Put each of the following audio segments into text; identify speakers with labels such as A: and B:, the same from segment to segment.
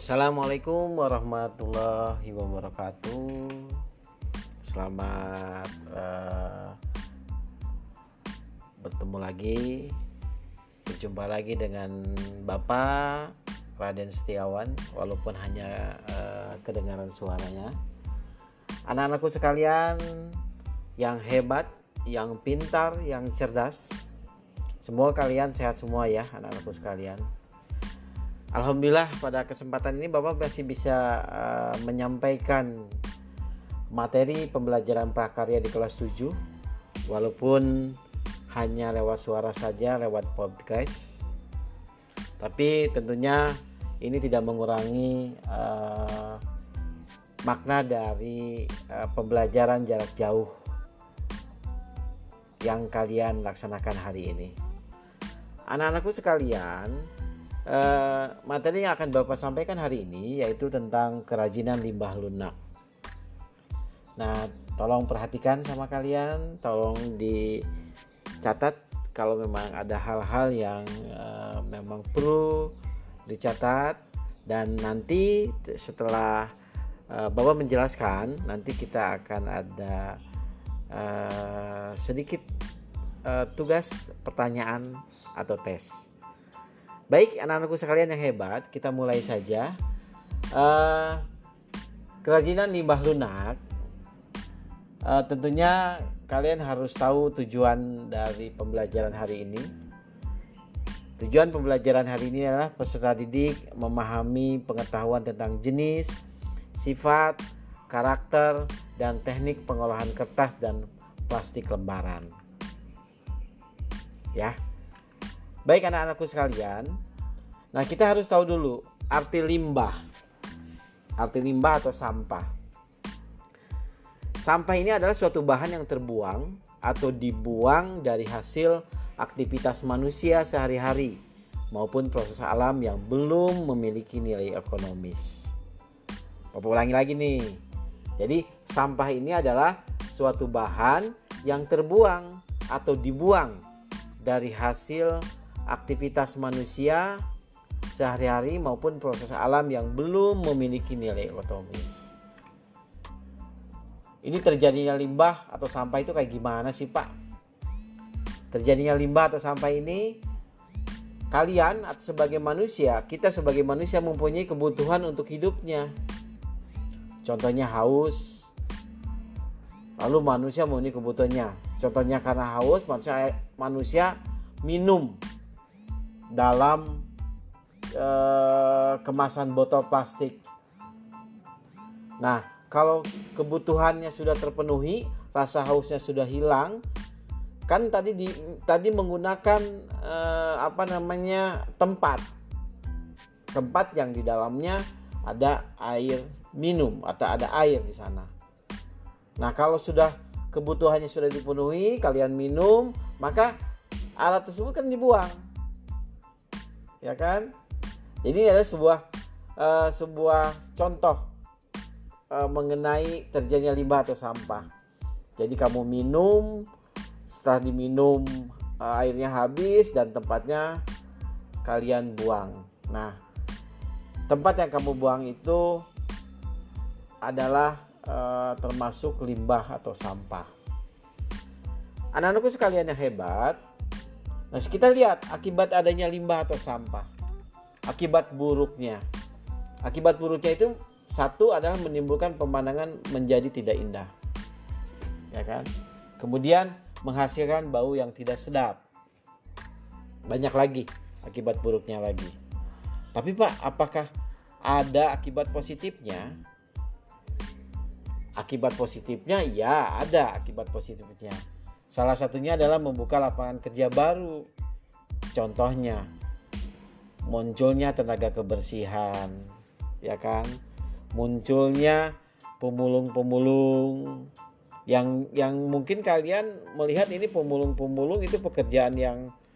A: Assalamualaikum warahmatullahi wabarakatuh. Selamat bertemu lagi, berjumpa lagi dengan Bapak Raden Setiawan, walaupun hanya kedengaran suaranya. Anak-anakku sekalian yang hebat, yang pintar, yang cerdas, semua kalian sehat semua ya anak-anakku sekalian. Alhamdulillah pada kesempatan ini Bapak masih bisa menyampaikan materi pembelajaran prakarya di kelas 7 walaupun hanya lewat suara saja, lewat podcast. Tapi tentunya ini tidak mengurangi makna dari pembelajaran jarak jauh yang kalian laksanakan hari ini. Anak-anakku sekalian, materi yang akan Bapak sampaikan hari ini yaitu tentang kerajinan limbah lunak. Nah, tolong perhatikan sama kalian, tolong dicatat kalau memang ada hal-hal yang memang perlu dicatat, dan nanti setelah Bapak menjelaskan, nanti kita akan ada sedikit tugas pertanyaan atau tes. Baik anak-anakku sekalian yang hebat, kita mulai saja. Kerajinan limbah lunak, tentunya kalian harus tahu tujuan dari pembelajaran hari ini. Tujuan pembelajaran hari ini adalah peserta didik memahami pengetahuan tentang jenis, sifat, karakter, dan teknik pengolahan kertas dan plastik lembaran. Ya. Baik anak-anakku sekalian, nah kita harus tahu dulu arti limbah. Arti limbah atau sampah. Sampah ini adalah suatu bahan yang terbuang atau dibuang dari hasil aktivitas manusia sehari-hari maupun proses alam yang belum memiliki nilai ekonomis. Bapak ulangi lagi nih. Jadi sampah ini adalah suatu bahan yang terbuang atau dibuang dari hasil aktivitas manusia sehari-hari maupun proses alam yang belum memiliki nilai ekonomis. Ini terjadinya limbah atau sampah itu kayak gimana sih Pak? Terjadinya limbah atau sampah ini, kalian atau sebagai manusia, kita sebagai manusia mempunyai kebutuhan untuk hidupnya. Contohnya haus, lalu manusia mempunyai kebutuhannya. Contohnya karena haus, manusia minum dalam kemasan botol plastik. Nah, kalau kebutuhannya sudah terpenuhi, rasa hausnya sudah hilang, kan tadi menggunakan tempat yang di dalamnya ada air minum atau ada air di sana. Nah, kalau sudah kebutuhannya sudah dipenuhi, kalian minum, maka alat tersebut kan dibuang. Ya kan? Jadi ini adalah sebuah contoh mengenai terjadinya limbah atau sampah. Jadi kamu minum, setelah diminum airnya habis dan tempatnya kalian buang. Nah, tempat yang kamu buang itu adalah termasuk limbah atau sampah. Anak-anakku sekalian yang hebat, nah kita lihat akibat adanya limbah atau sampah. Akibat buruknya itu satu adalah menimbulkan pemandangan menjadi tidak indah, ya kan? Kemudian menghasilkan bau yang tidak sedap. Banyak lagi akibat buruknya lagi. Tapi Pak, apakah ada akibat positifnya? Akibat positifnya ya ada akibat positifnya. Salah satunya adalah membuka lapangan kerja baru. Contohnya munculnya tenaga kebersihan, ya kan? Munculnya pemulung-pemulung yang mungkin kalian melihat ini pemulung-pemulung itu pekerjaan yang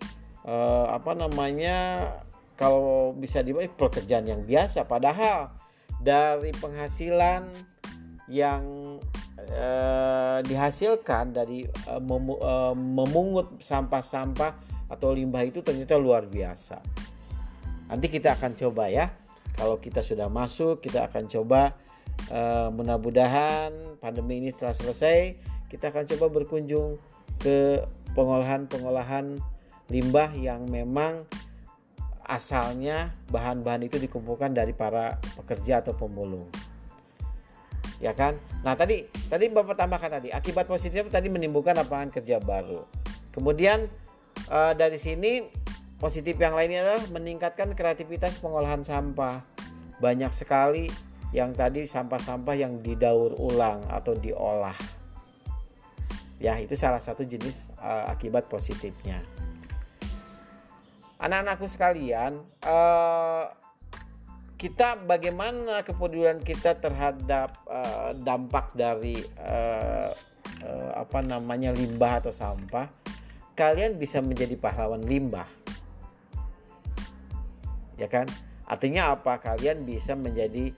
A: kalau bisa dibilang pekerjaan yang biasa, padahal dari penghasilan yang dihasilkan dari memungut sampah-sampah atau limbah itu ternyata luar biasa. Nanti kita akan coba ya. kalau kita sudah masuk, kita akan coba mudah-mudahan pandemi ini setelah selesai, kita akan coba berkunjung ke pengolahan limbah yang memang asalnya bahan-bahan itu dikumpulkan dari para pekerja atau pemulung. Ya kan? Nah, tadi Bapak tambahkan tadi, akibat positifnya tadi menimbulkan lapangan kerja baru. Kemudian dari sini positif yang lainnya adalah meningkatkan kreativitas pengolahan sampah. Banyak sekali yang tadi sampah-sampah yang didaur ulang atau diolah. Ya, itu salah satu jenis akibat positifnya. Anak-anakku sekalian, kita bagaimana kepedulian kita terhadap dampak dari limbah atau sampah? Kalian bisa menjadi pahlawan limbah, ya kan? Artinya apa? Kalian bisa menjadi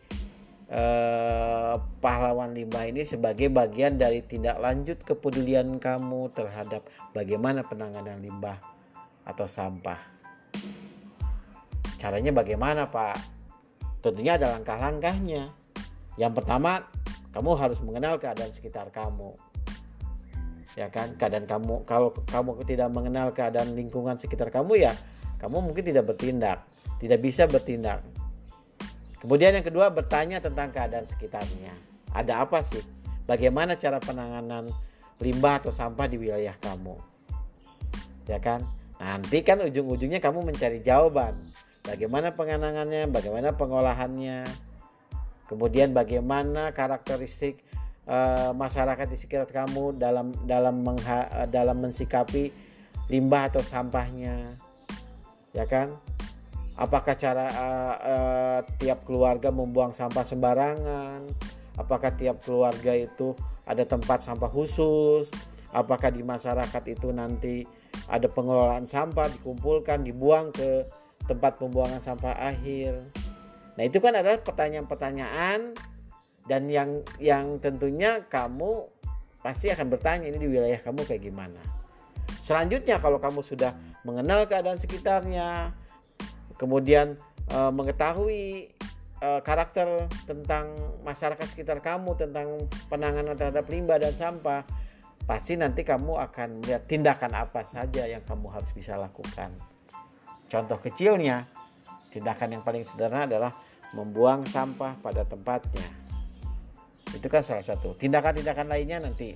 A: pahlawan limbah ini sebagai bagian dari tindak lanjut kepedulian kamu terhadap bagaimana penanganan limbah atau sampah. Caranya bagaimana, Pak? Tentunya ada langkah-langkahnya. Yang pertama, kamu harus mengenal keadaan sekitar kamu. Ya kan? Keadaan kamu, kalau kamu tidak mengenal keadaan lingkungan sekitar kamu, ya kamu mungkin tidak bisa bertindak. Kemudian yang kedua, bertanya tentang keadaan sekitarnya. Ada apa sih? Bagaimana cara penanganan limbah atau sampah di wilayah kamu? Ya kan? Nanti kan ujung-ujungnya kamu mencari jawaban. Bagaimana penanganannya, bagaimana pengolahannya, kemudian bagaimana karakteristik masyarakat di sekitar kamu dalam mensikapi limbah atau sampahnya, ya kan? Apakah cara tiap keluarga membuang sampah sembarangan? Apakah tiap keluarga itu ada tempat sampah khusus? Apakah di masyarakat itu nanti ada pengelolaan sampah, dikumpulkan, dibuang ke tempat pembuangan sampah akhir? Nah, itu kan adalah pertanyaan-pertanyaan, dan yang tentunya kamu pasti akan bertanya ini di wilayah kamu kayak gimana. Selanjutnya, kalau kamu sudah mengenal keadaan sekitarnya, kemudian mengetahui karakter tentang masyarakat sekitar kamu, tentang penanganan terhadap limbah dan sampah, pasti nanti kamu akan melihat tindakan apa saja yang kamu harus bisa lakukan. Contoh kecilnya, tindakan yang paling sederhana adalah membuang sampah pada tempatnya. Itu kan salah satu. Tindakan-tindakan lainnya nanti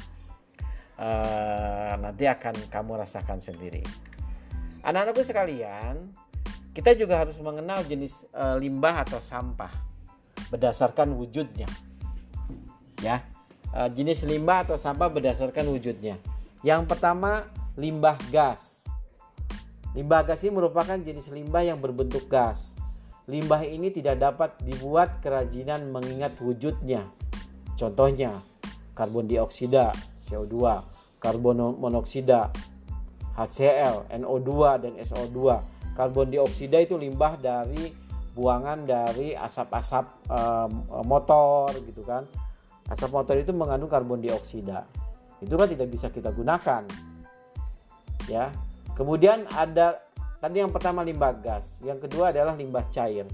A: akan kamu rasakan sendiri. Anak-anakku sekalian, kita juga harus mengenal jenis limbah atau sampah berdasarkan wujudnya. Ya, jenis limbah atau sampah berdasarkan wujudnya. Yang pertama, limbah gas. Limbah gas ini merupakan jenis limbah yang berbentuk gas. Limbah ini tidak dapat dibuat kerajinan mengingat wujudnya. Contohnya, karbon dioksida, CO2, karbon monoksida, HCl, NO2 dan SO2. Karbon dioksida itu limbah dari buangan dari asap-asap motor gitu kan. Asap motor itu mengandung karbon dioksida. Itu kan tidak bisa kita gunakan. Ya. Kemudian ada tadi yang pertama limbah gas, yang kedua adalah limbah cair.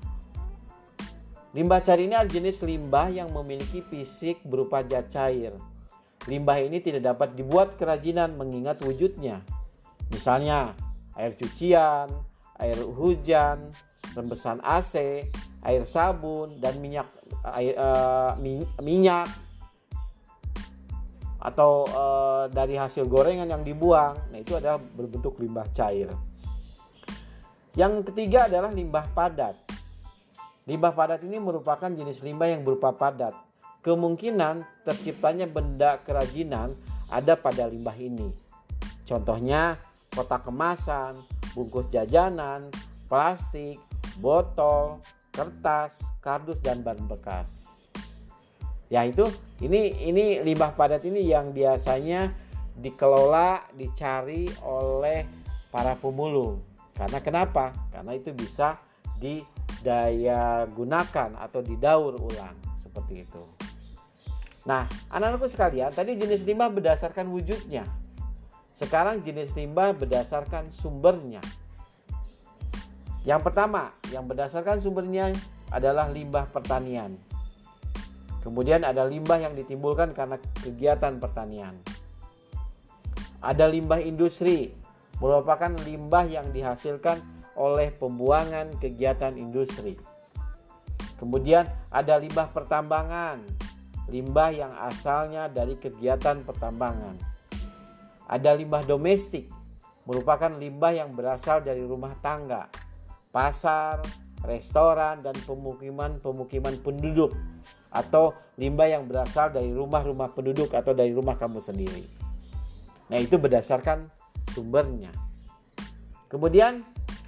A: Limbah cair ini adalah jenis limbah yang memiliki fisik berupa zat cair. Limbah ini tidak dapat dibuat kerajinan mengingat wujudnya. Misalnya air cucian, air hujan, rembesan AC, air sabun, dan minyak atau dari hasil gorengan yang dibuang. Nah, itu adalah berbentuk limbah cair. Yang ketiga adalah limbah padat. Limbah padat ini merupakan jenis limbah yang berupa padat. Kemungkinan terciptanya benda kerajinan ada pada limbah ini. Contohnya kotak kemasan, bungkus jajanan, plastik, botol, kertas, kardus, dan ban bekas. Ya, ini limbah padat ini yang biasanya dikelola, dicari oleh para pemulung. Karena kenapa? Karena itu bisa didaya gunakan atau didaur ulang seperti itu. Nah, anak-anakku sekalian, tadi jenis limbah berdasarkan wujudnya. Sekarang jenis limbah berdasarkan sumbernya. Yang pertama, yang berdasarkan sumbernya adalah limbah pertanian. Kemudian ada limbah yang ditimbulkan karena kegiatan pertanian. Ada limbah industri, merupakan limbah yang dihasilkan oleh pembuangan kegiatan industri. Kemudian ada limbah pertambangan, limbah yang asalnya dari kegiatan pertambangan. Ada limbah domestik, merupakan limbah yang berasal dari rumah tangga, pasar, restoran, dan pemukiman penduduk, atau limbah yang berasal dari rumah-rumah penduduk atau dari rumah kamu sendiri. Nah, itu berdasarkan sumbernya. Kemudian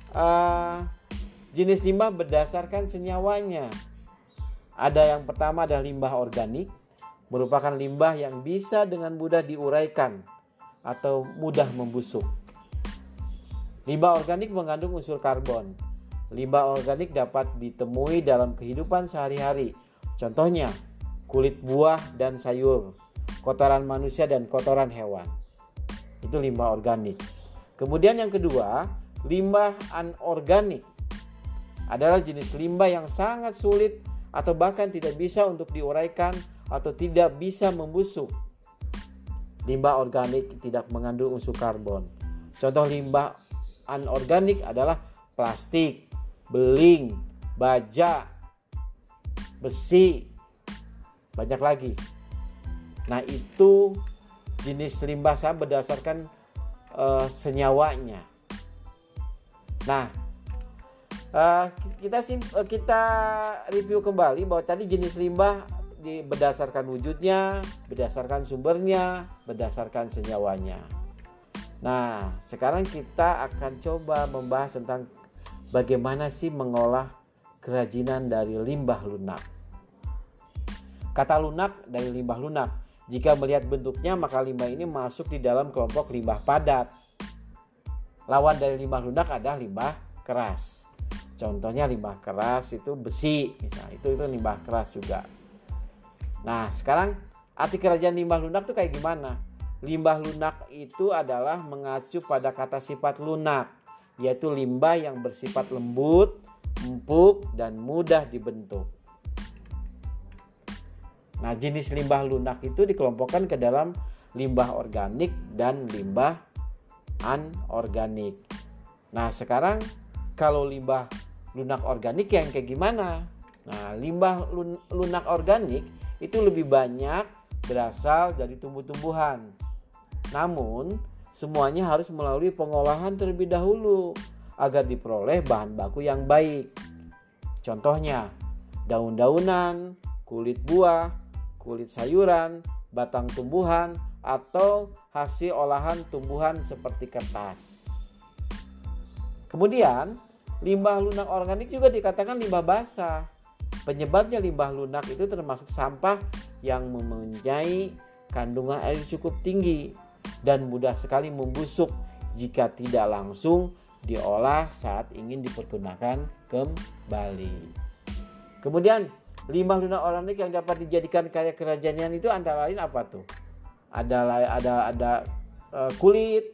A: jenis limbah berdasarkan senyawanya. Ada yang pertama adalah limbah organik, merupakan limbah yang bisa dengan mudah diuraikan atau mudah membusuk. Limbah organik mengandung unsur karbon. Limbah organik dapat ditemui dalam kehidupan sehari-hari. Contohnya, kulit buah dan sayur, kotoran manusia dan kotoran hewan. Itu limbah organik. Kemudian yang kedua, limbah anorganik adalah jenis limbah yang sangat sulit atau bahkan tidak bisa untuk diuraikan atau tidak bisa membusuk. Limbah organik tidak mengandung unsur karbon. Contoh limbah anorganik adalah plastik, beling, baja, besi, banyak lagi. Nah, itu jenis limbah berdasarkan senyawanya. Nah, kita review kembali bahwa tadi jenis limbah berdasarkan wujudnya, berdasarkan sumbernya, berdasarkan senyawanya. Nah, sekarang kita akan coba membahas tentang bagaimana sih mengolah kerajinan dari limbah lunak. Kata lunak dari limbah lunak. Jika melihat bentuknya, maka limbah ini masuk di dalam kelompok limbah padat. Lawan dari limbah lunak adalah limbah keras. Contohnya limbah keras itu besi, misalnya itu limbah keras juga. Nah, sekarang arti kerajaan limbah lunak itu kayak gimana? Limbah lunak itu adalah mengacu pada kata sifat lunak, yaitu limbah yang bersifat lembut, empuk, dan mudah dibentuk. Nah, jenis limbah lunak itu dikelompokkan ke dalam limbah organik dan limbah anorganik. Nah, sekarang kalau limbah lunak organik yang kayak gimana? Nah, limbah lunak organik itu lebih banyak berasal dari tumbuh-tumbuhan. Namun, semuanya harus melalui pengolahan terlebih dahulu agar diperoleh bahan baku yang baik. Contohnya, daun-daunan, kulit buah, kulit sayuran, batang tumbuhan, atau hasil olahan tumbuhan seperti kertas. Kemudian, limbah lunak organik juga dikatakan limbah basah. Penyebabnya limbah lunak itu termasuk sampah yang mempunyai kandungan air cukup tinggi dan mudah sekali membusuk jika tidak langsung diolah saat ingin dipergunakan kembali. Kemudian, limbah lunak organik yang dapat dijadikan karya kerajinan itu antara lain apa tuh? Ada kulit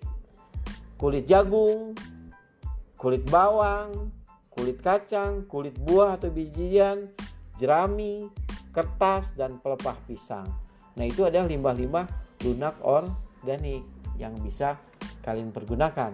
A: jagung, kulit bawang, kulit kacang, kulit buah atau bijian, jerami, kertas, dan pelepah pisang. Nah, itu adalah limbah-limbah lunak organik yang bisa kalian pergunakan.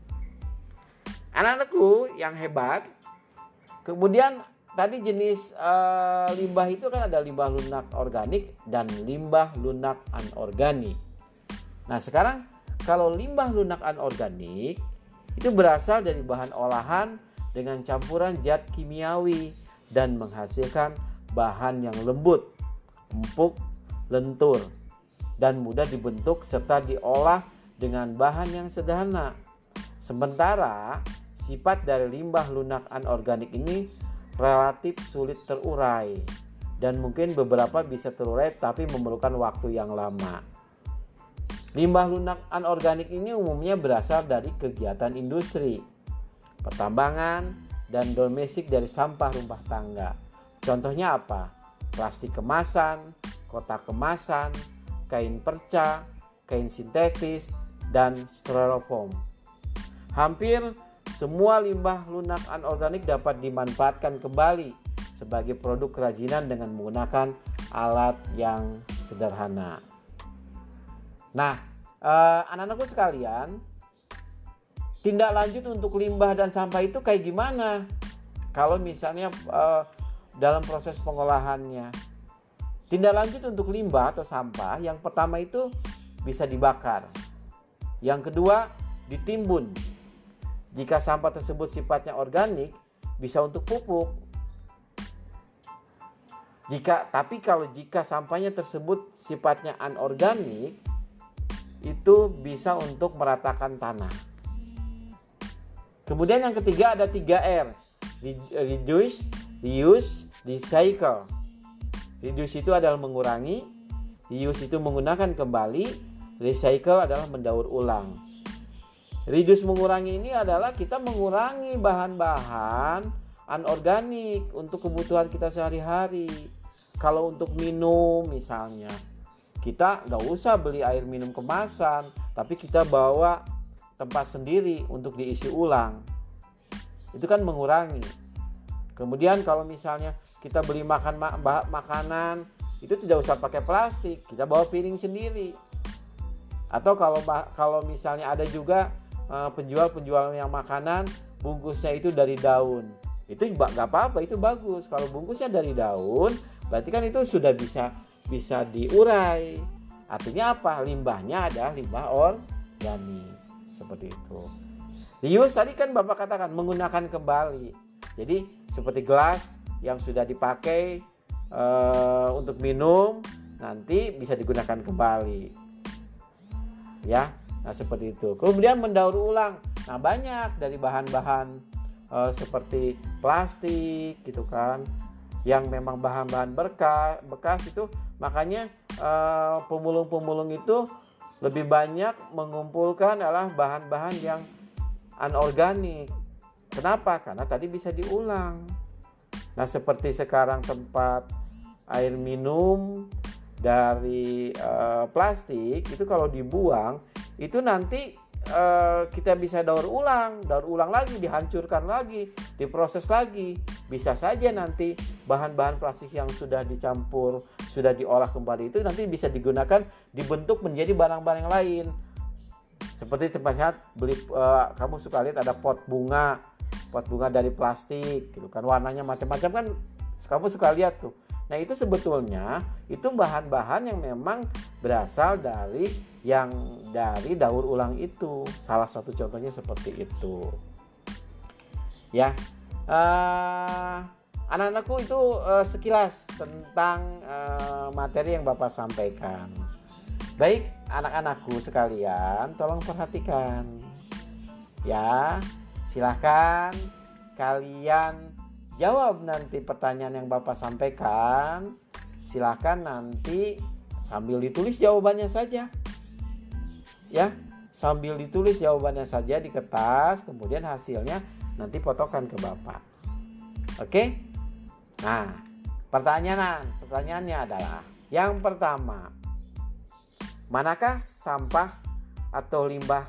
A: Anak-anakku yang hebat, kemudian tadi jenis limbah itu kan ada limbah lunak organik dan limbah lunak anorganik. Nah, sekarang kalau limbah lunak anorganik itu berasal dari bahan olahan dengan campuran zat kimiawi dan menghasilkan bahan yang lembut, empuk, lentur, dan mudah dibentuk serta diolah dengan bahan yang sederhana. Sementara sifat dari limbah lunak anorganik ini relatif sulit terurai dan mungkin beberapa bisa terurai tapi memerlukan waktu yang lama. Limbah lunak anorganik ini umumnya berasal dari kegiatan industri, pertambangan, dan domestik dari sampah rumah tangga. Contohnya apa? Plastik kemasan, kotak kemasan, kain perca, kain sintetis, dan styrofoam. Hampir Semua limbah lunak anorganik dapat dimanfaatkan kembali sebagai produk kerajinan dengan menggunakan alat yang sederhana. Nah, anak-anakku sekalian, tindak lanjut untuk limbah dan sampah itu kayak gimana? Kalau misalnya dalam proses pengolahannya, tindak lanjut untuk limbah atau sampah, yang pertama itu bisa dibakar. Yang kedua, ditimbun. Jika sampah tersebut sifatnya organik, bisa untuk pupuk. Tapi jika sampahnya tersebut sifatnya anorganik, itu bisa untuk meratakan tanah. Kemudian yang ketiga ada 3R. Reduce, reuse, recycle. Reduce itu adalah mengurangi, reuse itu menggunakan kembali, recycle adalah mendaur ulang. Reduce mengurangi ini adalah kita mengurangi bahan-bahan anorganik untuk kebutuhan kita sehari-hari. Kalau untuk minum misalnya, kita nggak usah beli air minum kemasan, tapi kita bawa tempat sendiri untuk diisi ulang. Itu kan mengurangi. Kemudian kalau misalnya kita beli makanan, itu tidak usah pakai plastik, kita bawa piring sendiri. Atau kalau misalnya ada juga penjual yang makanan bungkusnya itu dari daun, itu nggak apa-apa, itu bagus. Kalau bungkusnya dari daun, berarti kan itu sudah bisa diurai. Artinya apa? Limbahnya adalah limbah organik, seperti itu. Reuse tadi kan Bapak katakan menggunakan kembali. Jadi seperti gelas yang sudah dipakai untuk minum, nanti bisa digunakan kembali. Ya, nah seperti itu. Kemudian mendaur ulang. Nah banyak dari bahan-bahan seperti plastik gitu kan, yang memang bahan-bahan bekas itu, makanya pemulung-pemulung itu lebih banyak mengumpulkan adalah bahan-bahan yang anorganik. Kenapa? Karena tadi bisa diulang. Nah seperti sekarang tempat air minum dari plastik itu kalau dibuang itu nanti kita bisa daur ulang lagi, dihancurkan lagi, diproses lagi. Bisa saja nanti bahan-bahan plastik yang sudah dicampur, sudah diolah kembali itu nanti bisa digunakan, dibentuk menjadi barang-barang yang lain. Seperti tempatnya beli, kamu suka lihat ada pot bunga dari plastik gitu kan, warnanya macam-macam kan, kamu suka lihat tuh. Nah itu sebetulnya itu bahan-bahan yang memang berasal dari daur ulang itu. Salah satu contohnya seperti itu. Ya, anak-anakku itu sekilas tentang materi yang Bapak sampaikan. Baik anak-anakku sekalian, tolong perhatikan. Ya, silahkan kalian jawab nanti pertanyaan yang Bapak sampaikan. Silahkan nanti sambil ditulis jawabannya saja. Ya, sambil ditulis jawabannya saja di kertas, kemudian hasilnya nanti fotokan ke Bapak. Oke? Nah, pertanyaannya adalah yang pertama, manakah sampah atau limbah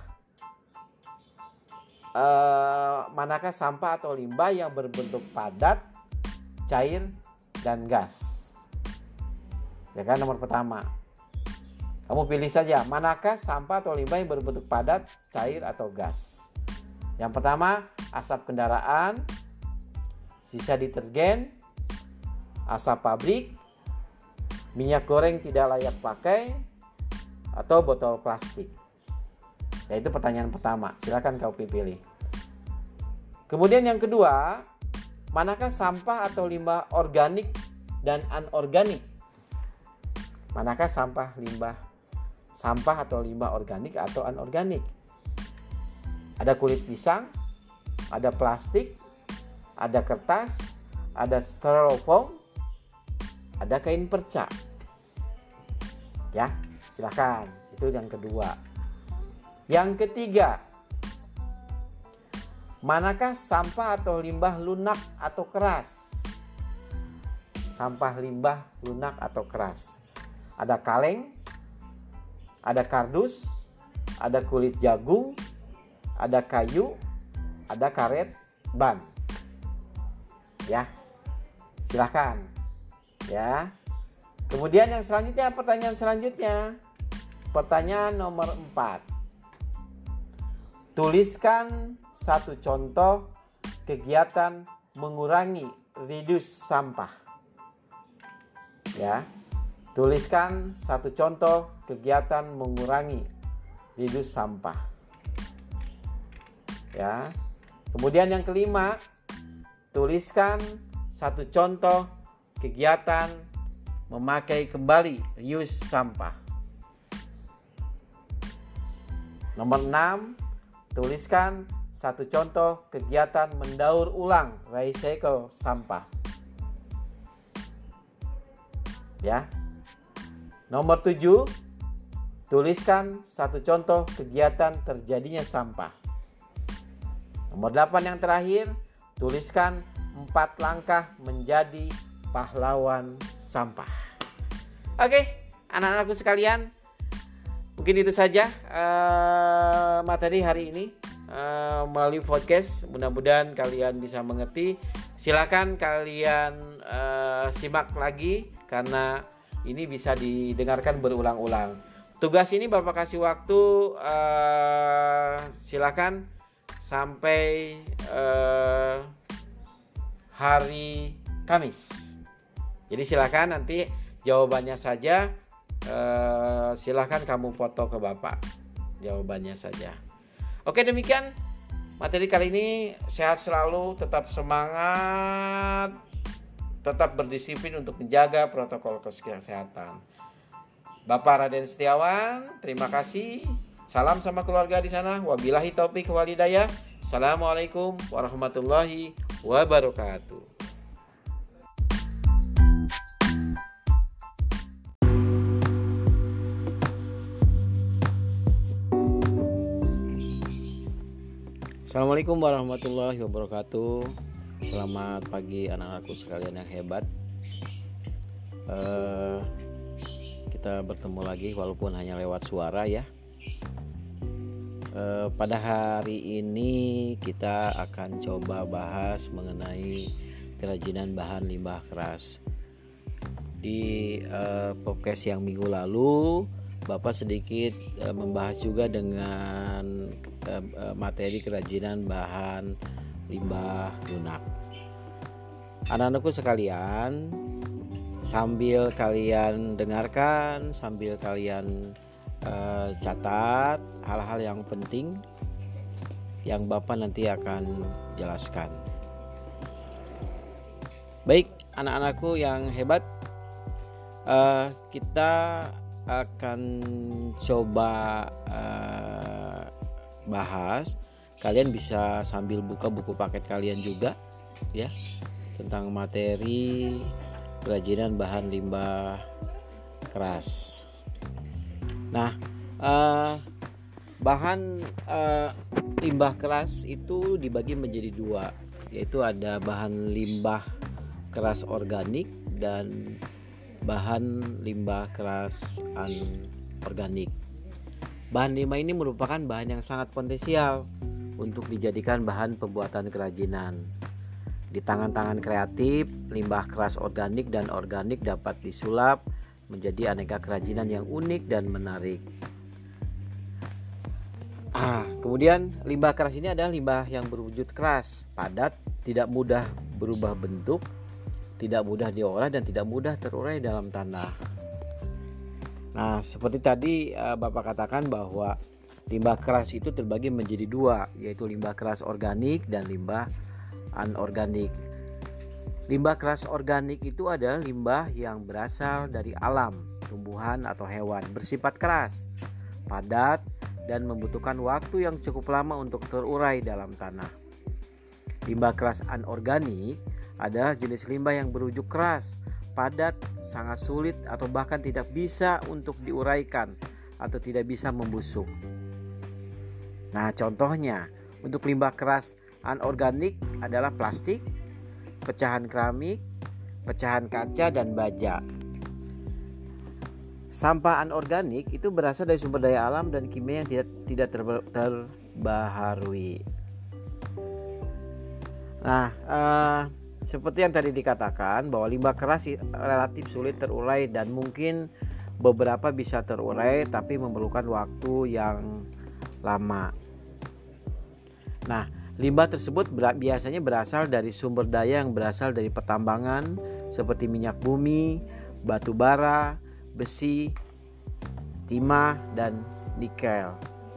A: yang berbentuk padat, cair, dan gas? Ya kan, nomor pertama. Kamu pilih saja manakah sampah atau limbah yang berbentuk padat, cair, atau gas. Yang pertama, asap kendaraan, sisa detergen, asap pabrik, minyak goreng tidak layak pakai, atau botol plastik. Ya, itu pertanyaan pertama. Silakan kau pilih. Kemudian yang kedua, manakah sampah atau limbah organik dan anorganik? Manakah sampah atau limbah organik atau anorganik? Ada kulit pisang, ada plastik, ada kertas, ada styrofoam, ada kain perca. Ya, silakan. Itu yang kedua. Yang ketiga, manakah sampah atau limbah lunak atau keras? Sampah limbah lunak atau keras. Ada kaleng, ada kardus, ada kulit jagung, ada kayu, ada karet ban. Ya. Silahkan. Ya. Kemudian yang selanjutnya, pertanyaan selanjutnya. Pertanyaan nomor 4. Tuliskan satu contoh kegiatan mengurangi reduce sampah. Ya. Tuliskan satu contoh kegiatan mengurangi reduce sampah. Ya. Kemudian yang kelima, tuliskan satu contoh kegiatan memakai kembali reuse sampah. Nomor 6, tuliskan satu contoh kegiatan mendaur ulang recycle sampah. Ya. Nomor 7, tuliskan satu contoh kegiatan terjadinya sampah. Nomor 8 yang terakhir, tuliskan 4 langkah menjadi pahlawan sampah. Oke, anak-anakku sekalian, mungkin itu saja materi hari ini melalui podcast. Mudah-mudahan kalian bisa mengerti. Silakan kalian simak lagi karena ini bisa didengarkan berulang-ulang. Tugas ini Bapak kasih waktu silakan sampai hari Kamis. Jadi silakan nanti jawabannya saja silakan kamu foto ke Bapak. Jawabannya saja. Oke, demikian materi kali ini. Sehat selalu, tetap semangat, tetap berdisiplin untuk menjaga protokol kesehatan. Bapak Raden Setiawan, terima kasih. Salam sama keluarga di sana. Wabillahi taufik wal hidayah. Assalamualaikum warahmatullahi wabarakatuh. Assalamualaikum warahmatullahi wabarakatuh. Selamat pagi anak-anakku sekalian yang hebat. Kita bertemu lagi walaupun hanya lewat suara ya. Pada hari ini kita akan coba bahas mengenai kerajinan bahan limbah keras. Di podcast yang minggu lalu Bapak sedikit membahas juga dengan materi kerajinan bahan limbah lunak. Anak-anakku sekalian, sambil kalian dengarkan, sambil kalian catat hal-hal yang penting yang Bapak nanti akan jelaskan. Baik, anak-anakku yang hebat, kita akan coba bahas. Kalian bisa sambil buka buku paket kalian juga ya, tentang materi kerajinan bahan limbah keras. Nah, bahan limbah keras itu dibagi menjadi dua, yaitu ada bahan limbah keras organik dan bahan limbah keras anorganik. Bahan limbah ini merupakan bahan yang sangat potensial untuk dijadikan bahan pembuatan kerajinan. Di tangan-tangan kreatif, limbah keras organik dan organik dapat disulap menjadi aneka kerajinan yang unik dan menarik. Kemudian limbah keras ini adalah limbah yang berwujud keras, padat, tidak mudah berubah bentuk, tidak mudah diolah dan tidak mudah terurai dalam tanah. Nah, seperti tadi Bapak katakan bahwa limbah keras itu terbagi menjadi dua, yaitu limbah keras organik dan limbah anorganik. Limbah keras organik itu adalah limbah yang berasal dari alam, tumbuhan atau hewan, bersifat keras, padat, dan membutuhkan waktu yang cukup lama untuk terurai dalam tanah. Limbah keras anorganik adalah jenis limbah yang berwujud keras, padat, sangat sulit atau bahkan tidak bisa untuk diuraikan atau tidak bisa membusuk. Nah, contohnya untuk limbah keras anorganik adalah plastik, pecahan keramik, pecahan kaca, dan baja. Sampah anorganik itu berasal dari sumber daya alam dan kimia yang tidak terbaharui. Nah, seperti yang tadi dikatakan bahwa limbah keras relatif sulit terurai dan mungkin beberapa bisa terurai tapi memerlukan waktu yang lama. Nah, limbah tersebut biasanya berasal dari sumber daya yang berasal dari pertambangan seperti minyak bumi, batu bara, besi, timah, dan nikel.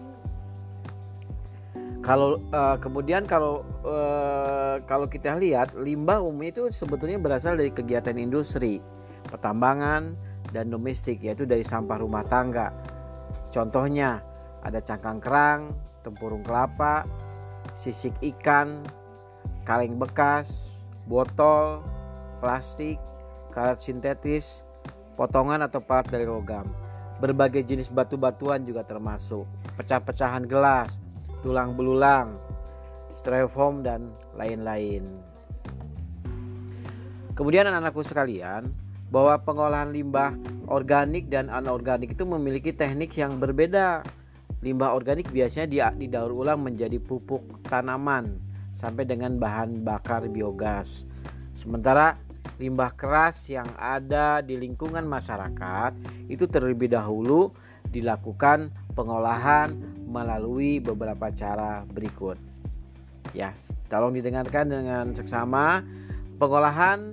A: Kemudian kalau kita lihat limbah umumnya itu sebetulnya berasal dari kegiatan industri, pertambangan, dan domestik, yaitu dari sampah rumah tangga. Contohnya ada cangkang kerang, tempurung kelapa, sisik ikan, kaleng bekas, botol, plastik, karet sintetis, potongan atau part dari logam. Berbagai jenis batu-batuan juga termasuk, pecah-pecahan gelas, tulang belulang, styrofoam, dan lain-lain. Kemudian anak-anakku sekalian, bahwa pengolahan limbah organik dan anorganik itu memiliki teknik yang berbeda. Limbah organik biasanya didaur ulang menjadi pupuk tanaman sampai dengan bahan bakar biogas. Sementara limbah keras yang ada di lingkungan masyarakat itu terlebih dahulu dilakukan pengolahan melalui beberapa cara berikut. Ya, tolong didengarkan dengan seksama. Pengolahan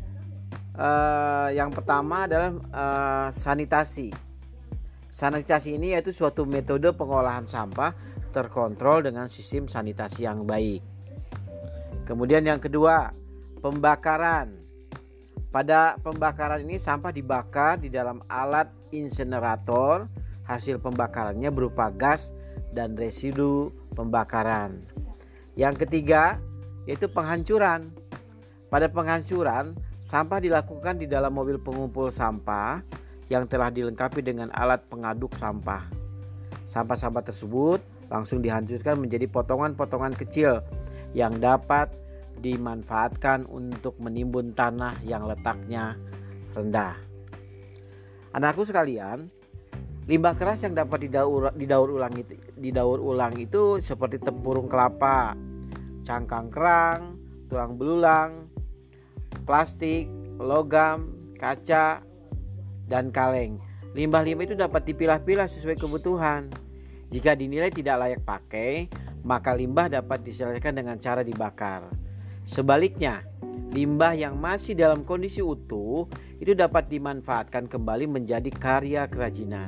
A: yang pertama adalah sanitasi. Sanitasi ini yaitu suatu metode pengolahan sampah terkontrol dengan sistem sanitasi yang baik. Kemudian yang kedua, pembakaran. Pada pembakaran ini sampah dibakar di dalam alat insinerator. Hasil pembakarannya berupa gas dan residu pembakaran. Yang ketiga yaitu penghancuran. Pada penghancuran, sampah dilakukan di dalam mobil pengumpul sampah yang telah dilengkapi dengan alat pengaduk sampah. Sampah-sampah tersebut langsung dihancurkan menjadi potongan-potongan kecil yang dapat dimanfaatkan untuk menimbun tanah yang letaknya rendah. Anakku sekalian, limbah keras yang dapat didaur ulang itu seperti tempurung kelapa, cangkang kerang, tulang belulang, plastik, logam, kaca, dan kaleng. Limbah-limbah itu dapat dipilah-pilah sesuai kebutuhan. Jika dinilai tidak layak pakai, maka limbah dapat diselesaikan dengan cara dibakar. Sebaliknya, limbah yang masih dalam kondisi utuh itu dapat dimanfaatkan kembali menjadi karya kerajinan.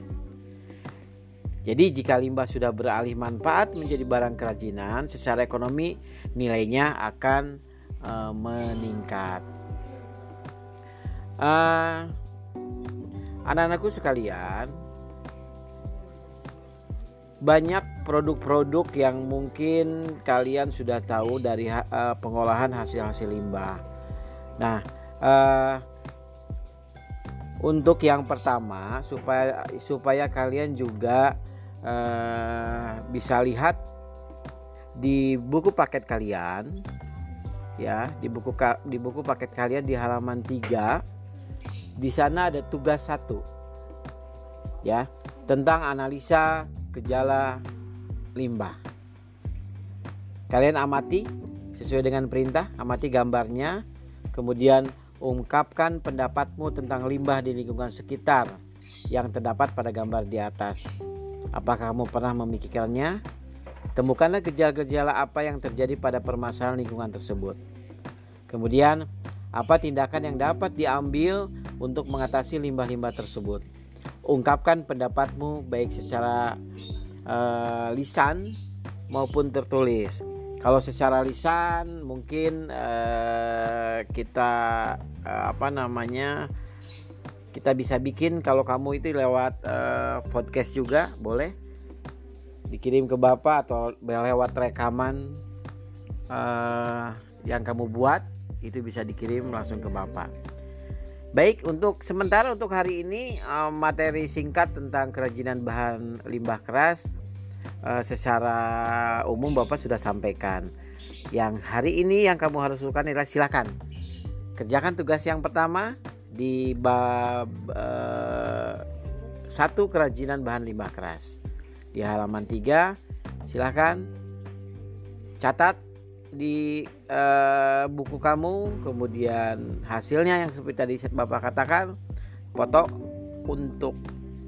A: Jadi jika limbah sudah beralih manfaat menjadi barang kerajinan, secara ekonomi nilainya akan meningkat. Anak-anakku sekalian, banyak produk-produk yang mungkin kalian sudah tahu dari pengolahan hasil-hasil limbah. Nah, untuk yang pertama supaya kalian juga bisa lihat di buku paket kalian, ya, di buku paket kalian di halaman 3, di sana ada tugas 1, ya, tentang analisa gejala limbah. Kalian amati sesuai dengan perintah, amati gambarnya, kemudian ungkapkan pendapatmu tentang limbah di lingkungan sekitar yang terdapat pada gambar di atas. Apakah kamu pernah memikirkannya? Temukanlah gejala-gejala apa yang terjadi pada permasalahan lingkungan tersebut. Kemudian, apa tindakan yang dapat diambil untuk mengatasi limbah-limbah tersebut? Ungkapkan pendapatmu baik secara lisan maupun tertulis. Kalau secara lisan mungkin kita kita bisa bikin, kalau kamu itu lewat podcast juga boleh dikirim ke Bapak, atau lewat rekaman yang kamu buat itu bisa dikirim langsung ke Bapak. Baik, untuk sementara untuk hari ini materi singkat tentang kerajinan bahan limbah keras secara umum Bapak sudah sampaikan. Yang hari ini yang kamu harus lakukan adalah silakan kerjakan tugas yang pertama di bab 1 kerajinan bahan limbah keras. Di halaman 3 silakan catat di buku kamu, kemudian hasilnya yang seperti tadi Bapak katakan, foto untuk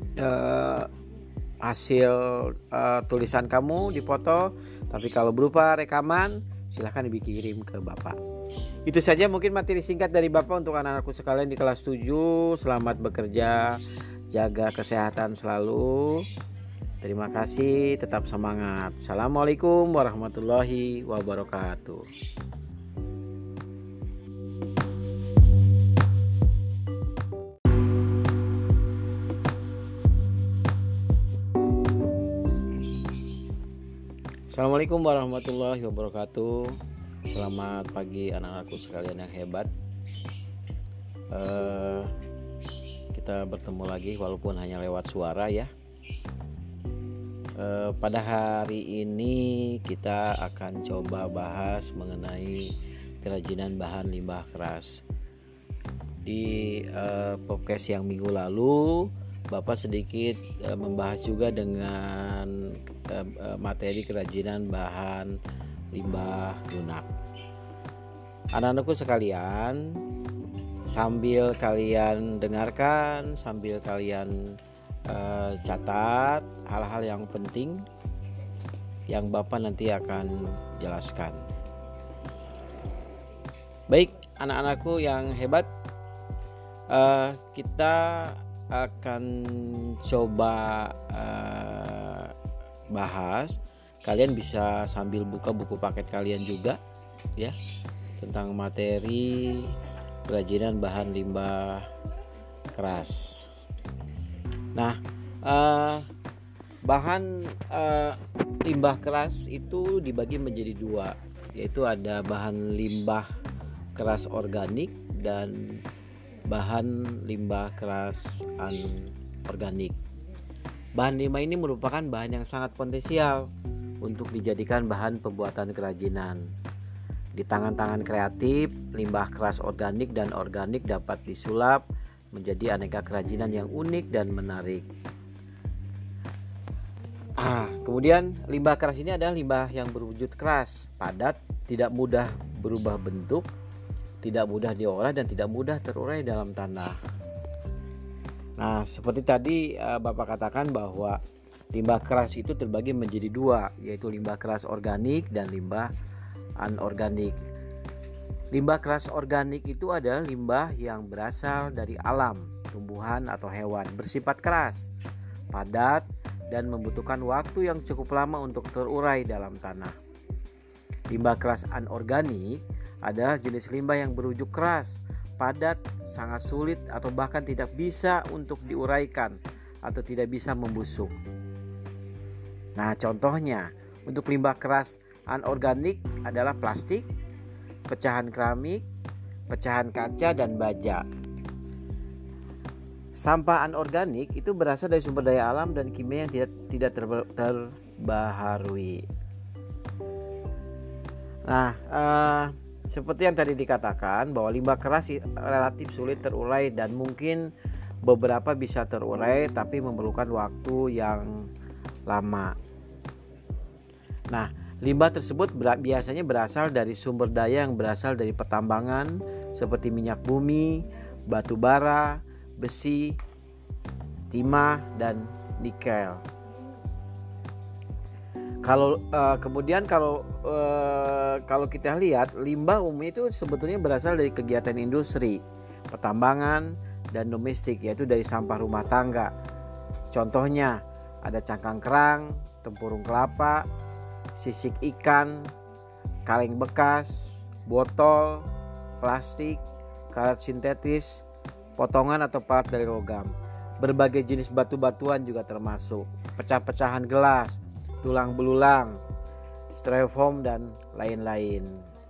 A: hasil tulisan kamu dipoto. Tapi kalau berupa rekaman, silahkan dikirim ke Bapak. Itu saja mungkin materi singkat dari Bapak untuk anak-anakku sekalian di kelas 7. Selamat bekerja, jaga kesehatan selalu. Terima kasih, tetap semangat. Assalamualaikum warahmatullahi wabarakatuh. Assalamualaikum warahmatullahi wabarakatuh. Selamat pagi anak-anakku sekalian yang hebat. Kita bertemu lagi walaupun hanya lewat suara ya. Pada hari ini kita akan coba bahas mengenai kerajinan bahan limbah keras. Di podcast yang minggu lalu Bapak sedikit membahas juga dengan materi kerajinan bahan limbah lunak. Anak-anakku sekalian, sambil kalian dengarkan, sambil kalian catat hal-hal yang penting yang Bapak nanti akan jelaskan. Baik, anak-anakku yang hebat, kita akan coba bahas. Kalian bisa sambil buka buku paket kalian juga ya, tentang materi kerajinan bahan limbah keras. Nah, bahan limbah keras itu dibagi menjadi dua, yaitu ada bahan limbah keras organik dan bahan limbah keras anorganik. Bahan limbah ini merupakan bahan yang sangat potensial untuk dijadikan bahan pembuatan kerajinan. Di tangan-tangan kreatif, limbah keras organik dan organik dapat disulap menjadi aneka kerajinan yang unik dan menarik. Kemudian limbah keras ini adalah limbah yang berwujud keras, padat, tidak mudah berubah bentuk, tidak mudah diolah dan tidak mudah terurai dalam tanah. Nah, seperti tadi Bapak katakan bahwa limbah keras itu terbagi menjadi dua, yaitu limbah keras organik dan limbah anorganik. Limbah keras organik itu adalah limbah yang berasal dari alam, tumbuhan atau hewan, bersifat keras, padat, dan membutuhkan waktu yang cukup lama untuk terurai dalam tanah. Limbah keras anorganik adalah jenis limbah yang berwujud keras, padat, sangat sulit atau bahkan tidak bisa untuk diuraikan atau tidak bisa membusuk. Nah, contohnya untuk limbah keras anorganik adalah plastik, pecahan keramik, pecahan kaca, dan baja. Sampah anorganik itu berasal dari sumber daya alam dan kimia yang tidak terbaharui. Nah, seperti yang tadi dikatakan bahwa limbah keras relatif sulit terurai dan mungkin beberapa bisa terurai tapi memerlukan waktu yang lama. Nah, limbah tersebut biasanya berasal dari sumber daya yang berasal dari pertambangan seperti minyak bumi, batu bara, besi, timah, dan nikel. Kalau kita lihat, limbah umumnya itu sebetulnya berasal dari kegiatan industri, pertambangan, dan domestik, yaitu dari sampah rumah tangga. Contohnya ada cangkang kerang, tempurung kelapa, sisik ikan, kaleng bekas, botol, plastik, karet sintetis, potongan atau part dari logam. Berbagai jenis batu-batuan juga termasuk, pecah-pecahan gelas, tulang belulang, styrofoam, dan lain-lain.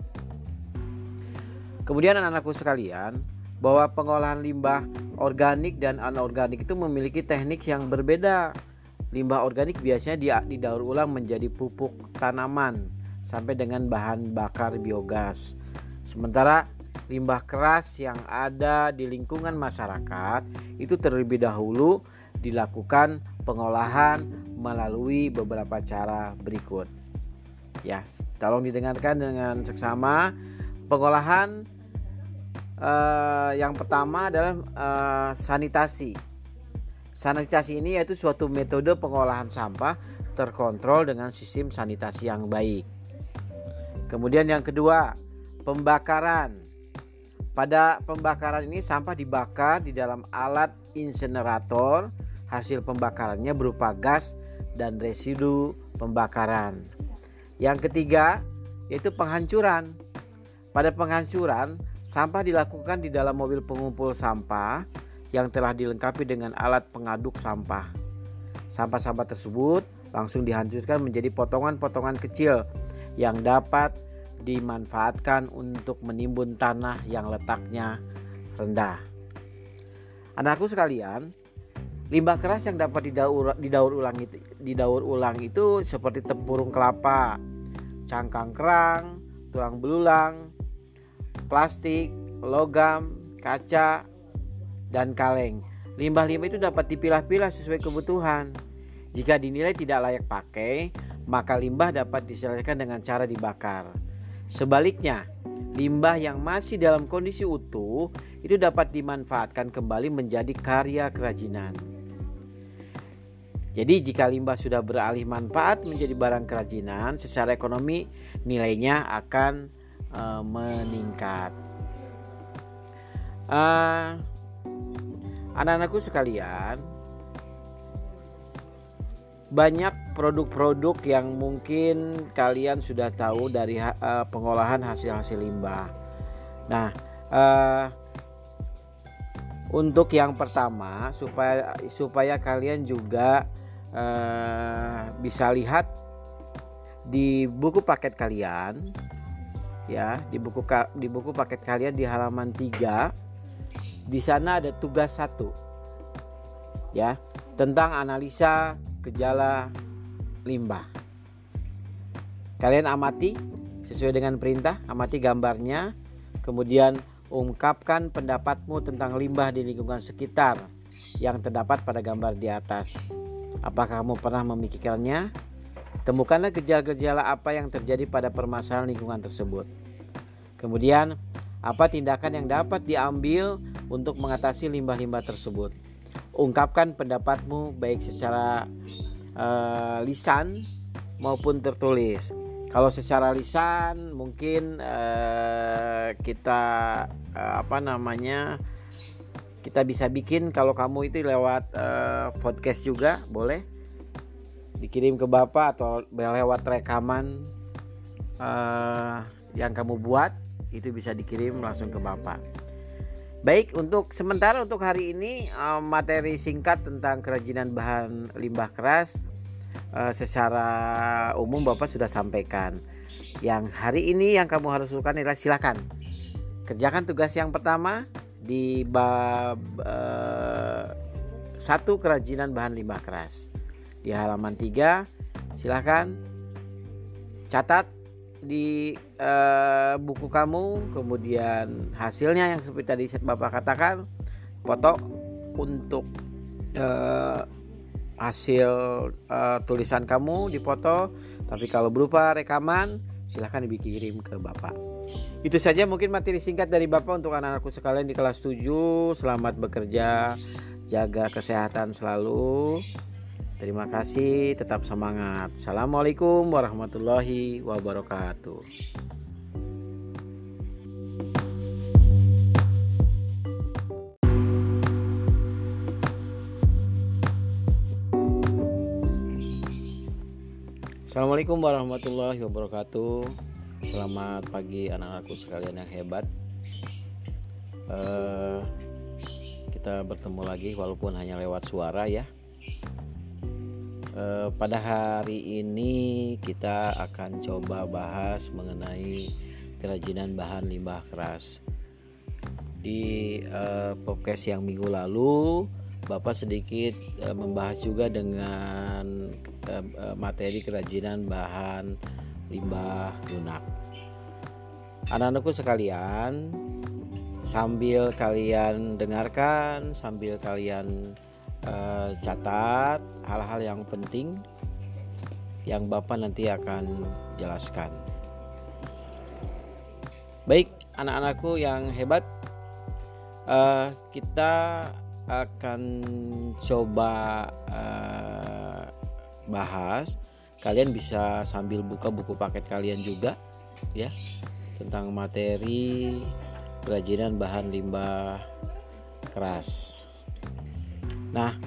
A: Kemudian anak-anakku sekalian, bahwa pengolahan limbah organik dan anorganik itu memiliki teknik yang berbeda. Limbah organik biasanya didaur ulang menjadi pupuk tanaman sampai dengan bahan bakar biogas. Sementara limbah keras yang ada di lingkungan masyarakat itu terlebih dahulu dilakukan pengolahan melalui beberapa cara berikut, Ya, tolong didengarkan dengan seksama. Pengolahan yang pertama adalah sanitasi. Sanitasi ini yaitu suatu metode pengolahan sampah terkontrol dengan sistem sanitasi yang baik. Kemudian yang kedua, pembakaran. Pada pembakaran ini sampah dibakar di dalam alat insinerator. Hasil pembakarannya berupa gas dan residu pembakaran. Yang ketiga yaitu penghancuran. Pada penghancuran, sampah dilakukan di dalam mobil pengumpul sampah yang telah dilengkapi dengan alat pengaduk sampah. Sampah-sampah tersebut langsung dihancurkan menjadi potongan-potongan kecil yang dapat dimanfaatkan untuk menimbun tanah yang letaknya rendah. Anakku sekalian, limbah keras yang dapat didaur ulang itu seperti tempurung kelapa, cangkang kerang, tulang belulang, plastik, logam, kaca, dan kaleng. Limbah-limbah itu dapat dipilah-pilah sesuai kebutuhan. Jika dinilai tidak layak pakai, maka limbah dapat diselesaikan dengan cara dibakar. Sebaliknya, limbah yang masih dalam kondisi utuh itu dapat dimanfaatkan kembali menjadi karya kerajinan. Jadi jika limbah sudah beralih manfaat menjadi barang kerajinan, secara ekonomi nilainya akan meningkat. Anak-anakku sekalian, banyak produk-produk yang mungkin kalian sudah tahu dari pengolahan hasil-hasil limbah. Nah, untuk yang pertama supaya kalian juga bisa lihat di buku paket kalian, ya, di buku paket kalian di halaman 3. Di sana ada tugas 1, ya, tentang analisa gejala limbah. Kalian amati sesuai dengan perintah, amati gambarnya, kemudian ungkapkan pendapatmu tentang limbah di lingkungan sekitar yang terdapat pada gambar di atas. Apakah kamu pernah memikirkannya? Temukanlah gejala-gejala apa yang terjadi pada permasalahan lingkungan tersebut. Kemudian, apa tindakan yang dapat diambil untuk mengatasi limbah-limbah tersebut? Ungkapkan pendapatmu baik secara lisan maupun tertulis. Kalau secara lisan mungkin kita kita bisa bikin, kalau kamu itu lewat podcast juga boleh dikirim ke Bapak, atau lewat rekaman yang kamu buat itu bisa dikirim langsung ke Bapak. Baik, untuk sementara untuk hari ini materi singkat tentang kerajinan bahan limbah keras secara umum Bapak sudah sampaikan. Yang hari ini yang kamu harus lakukan adalah silakan kerjakan tugas yang pertama di bab 1 kerajinan bahan limbah keras. Di halaman 3 silakan catat di buku kamu, kemudian hasilnya yang seperti tadi Bapak katakan, foto untuk hasil tulisan kamu dipoto, tapi kalau berupa rekaman silahkan dikirim ke Bapak. Itu saja mungkin materi singkat dari Bapak untuk anak-anakku sekalian di kelas 7. Selamat bekerja, jaga kesehatan selalu. Terima kasih, tetap semangat. Assalamualaikum warahmatullahi wabarakatuh. Assalamualaikum warahmatullahi wabarakatuh. Selamat pagi anak-anakku sekalian yang hebat. Kita bertemu lagi walaupun hanya lewat suara, ya. Pada hari ini kita akan coba bahas mengenai kerajinan bahan limbah keras. Di podcast yang minggu lalu Bapak sedikit membahas juga dengan materi kerajinan bahan limbah lunak. Anak-anakku sekalian, sambil kalian dengarkan, sambil kalian catat hal-hal yang penting, yang Bapak nanti akan jelaskan. Baik, anak-anakku yang hebat, kita akan coba bahas. Kalian bisa sambil buka buku paket kalian juga ya, tentang materi kerajinan bahan limbah keras. Nah,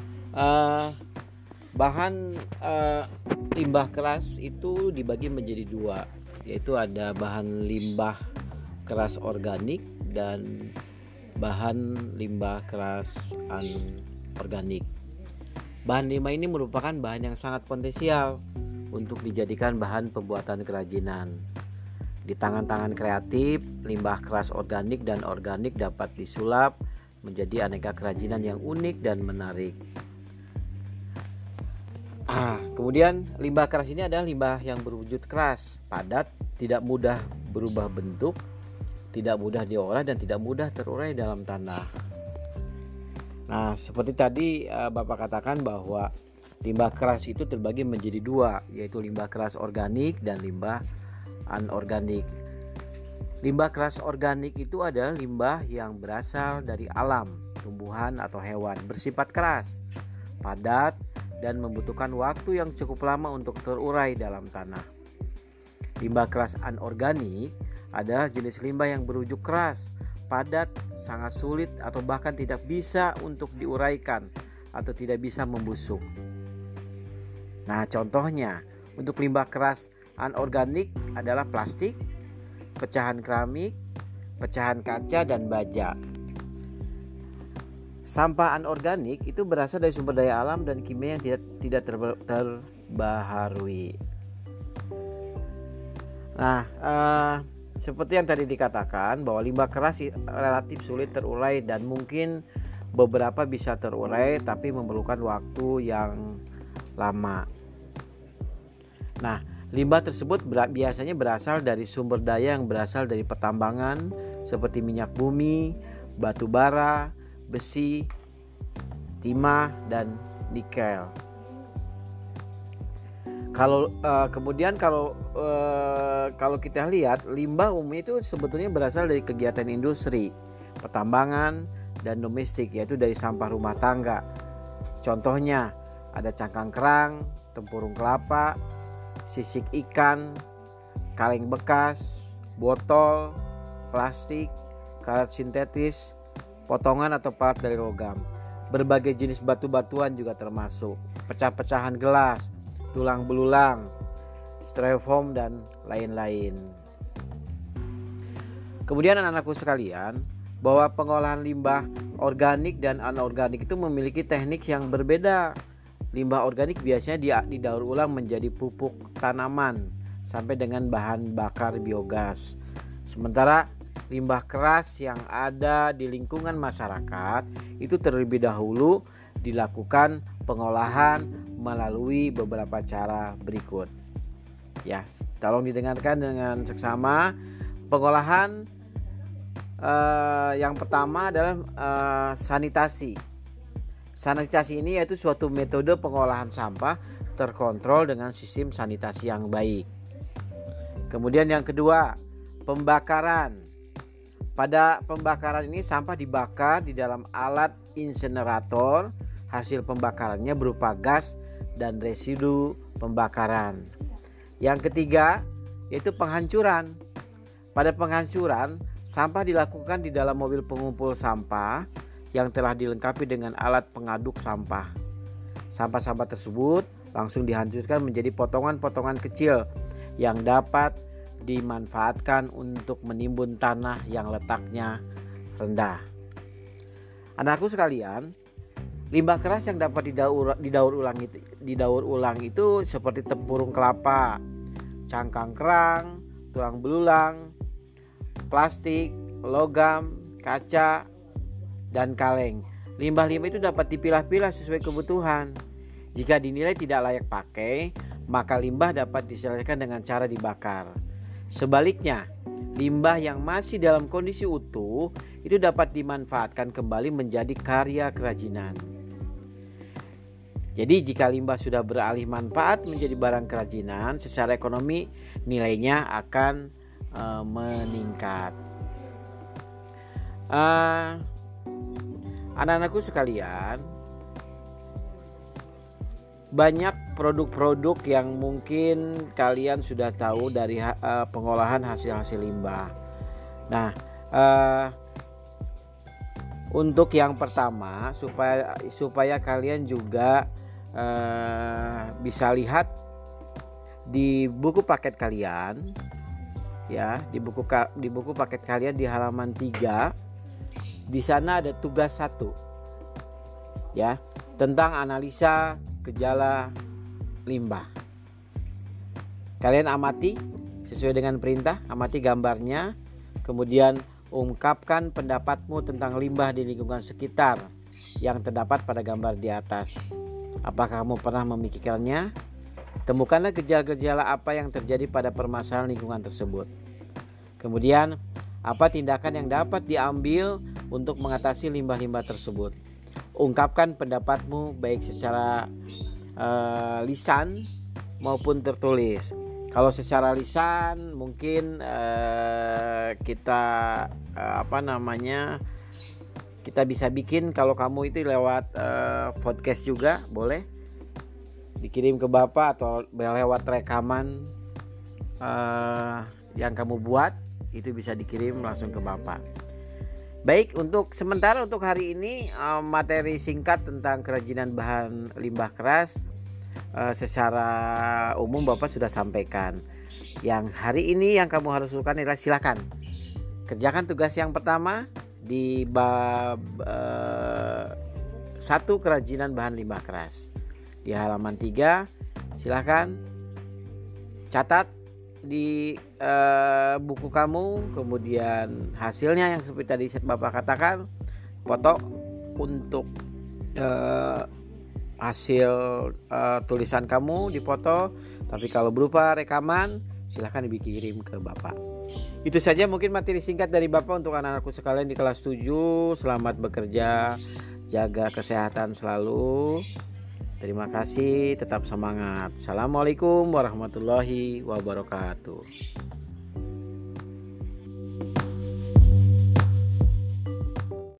A: bahan limbah keras itu dibagi menjadi dua, yaitu ada bahan limbah keras organik dan bahan limbah keras anorganik. Bahan limbah ini merupakan bahan yang sangat potensial untuk dijadikan bahan pembuatan kerajinan. Di tangan-tangan kreatif, limbah keras organik dan organik dapat disulap menjadi aneka kerajinan yang unik dan menarik. Kemudian limbah keras ini adalah limbah yang berwujud keras, padat, tidak mudah berubah bentuk, tidak mudah diolah dan tidak mudah terurai dalam tanah. Nah, seperti tadi Bapak katakan bahwa limbah keras itu terbagi menjadi dua, yaitu limbah keras organik dan limbah anorganik. Limbah keras organik itu adalah limbah yang berasal dari alam, tumbuhan atau hewan, bersifat keras, padat, dan membutuhkan waktu yang cukup lama untuk terurai dalam tanah. Limbah keras anorganik adalah jenis limbah yang berwujud keras, padat, sangat sulit atau bahkan tidak bisa untuk diuraikan atau tidak bisa membusuk. Nah, contohnya untuk limbah keras anorganik adalah plastik, pecahan keramik, pecahan kaca, dan baja. Sampah anorganik itu berasal dari sumber daya alam dan kimia yang tidak terbaharui. Nah, seperti yang tadi dikatakan bahwa limbah keras relatif sulit terurai dan mungkin beberapa bisa terurai tapi memerlukan waktu yang lama. Nah, limbah tersebut biasanya berasal dari sumber daya yang berasal dari pertambangan seperti minyak bumi, batu bara, besi, timah, dan nikel. Kemudian kalau kita lihat, limbah umumnya itu sebetulnya berasal dari kegiatan industri, pertambangan, dan domestik, yaitu dari sampah rumah tangga. Contohnya ada cangkang kerang, tempurung kelapa, sisik ikan, kaleng bekas, botol, plastik, karet sintetis, potongan atau part dari logam. Berbagai jenis batu-batuan juga termasuk, pecah-pecahan gelas, tulang belulang, styrofoam, dan lain-lain. Kemudian anak-anakku sekalian, bahwa pengolahan limbah organik dan anorganik itu memiliki teknik yang berbeda. Limbah organik biasanya didaur ulang menjadi pupuk tanaman sampai dengan bahan bakar biogas. Sementara limbah keras yang ada di lingkungan masyarakat itu terlebih dahulu dilakukan pengolahan melalui beberapa cara berikut. Ya, tolong didengarkan dengan seksama. Pengolahan yang pertama adalah sanitasi. Sanitasi ini yaitu suatu metode pengolahan sampah terkontrol dengan sistem sanitasi yang baik. Kemudian yang kedua, pembakaran. Pada pembakaran ini sampah dibakar di dalam alat insinerator. Hasil pembakarannya berupa gas dan residu pembakaran. Yang ketiga yaitu penghancuran. Pada penghancuran, sampah dilakukan di dalam mobil pengumpul sampah yang telah dilengkapi dengan alat pengaduk sampah. Sampah-sampah tersebut langsung dihancurkan menjadi potongan-potongan kecil yang dapat dimanfaatkan untuk menimbun tanah yang letaknya rendah. Anakku sekalian, limbah keras yang dapat didaur ulang itu seperti tempurung kelapa, cangkang kerang, tulang belulang, plastik, logam, kaca, dan kaleng. Limbah-limbah itu dapat dipilah-pilah sesuai kebutuhan. Jika dinilai tidak layak pakai, maka limbah dapat diselesaikan dengan cara dibakar. Sebaliknya, limbah yang masih dalam kondisi utuh itu dapat dimanfaatkan kembali menjadi karya kerajinan. Jadi jika limbah sudah beralih manfaat menjadi barang kerajinan, secara ekonomi nilainya akan meningkat. Anak-anakku sekalian, banyak produk-produk yang mungkin kalian sudah tahu dari pengolahan hasil-hasil limbah. Nah, untuk yang pertama, supaya kalian juga bisa lihat di buku paket kalian, ya, di buku paket kalian di halaman 3, di sana ada tugas 1, ya, tentang analisa gejala limbah. Kalian amati sesuai dengan perintah, amati gambarnya, kemudian ungkapkan pendapatmu tentang limbah di lingkungan sekitar yang terdapat pada gambar di atas. Apakah kamu pernah memikirkannya? Temukanlah gejala-gejala apa yang terjadi pada permasalahan lingkungan tersebut. Kemudian, apa tindakan yang dapat diambil untuk mengatasi limbah-limbah tersebut? Ungkapkan pendapatmu baik secara lisan maupun tertulis. Kalau secara lisan mungkin kita kita bisa bikin, kalau kamu itu lewat podcast juga boleh dikirim ke Bapak, atau lewat rekaman yang kamu buat itu bisa dikirim langsung ke Bapak. Baik, untuk sementara untuk hari ini materi singkat tentang kerajinan bahan limbah keras secara umum Bapak sudah sampaikan. Yang hari ini yang kamu harus lakukan adalah silakan kerjakan tugas yang pertama di bab 1 kerajinan bahan limbah keras. Di halaman 3 silakan catat di buku kamu, kemudian hasilnya yang seperti tadi Bapak katakan, foto untuk hasil tulisan kamu dipoto, tapi kalau berupa rekaman silahkan dikirim ke Bapak. Itu saja mungkin materi singkat dari Bapak untuk anak-anakku sekalian di kelas 7. Selamat bekerja, jaga kesehatan selalu. Terima kasih, tetap semangat. Assalamualaikum warahmatullahi wabarakatuh.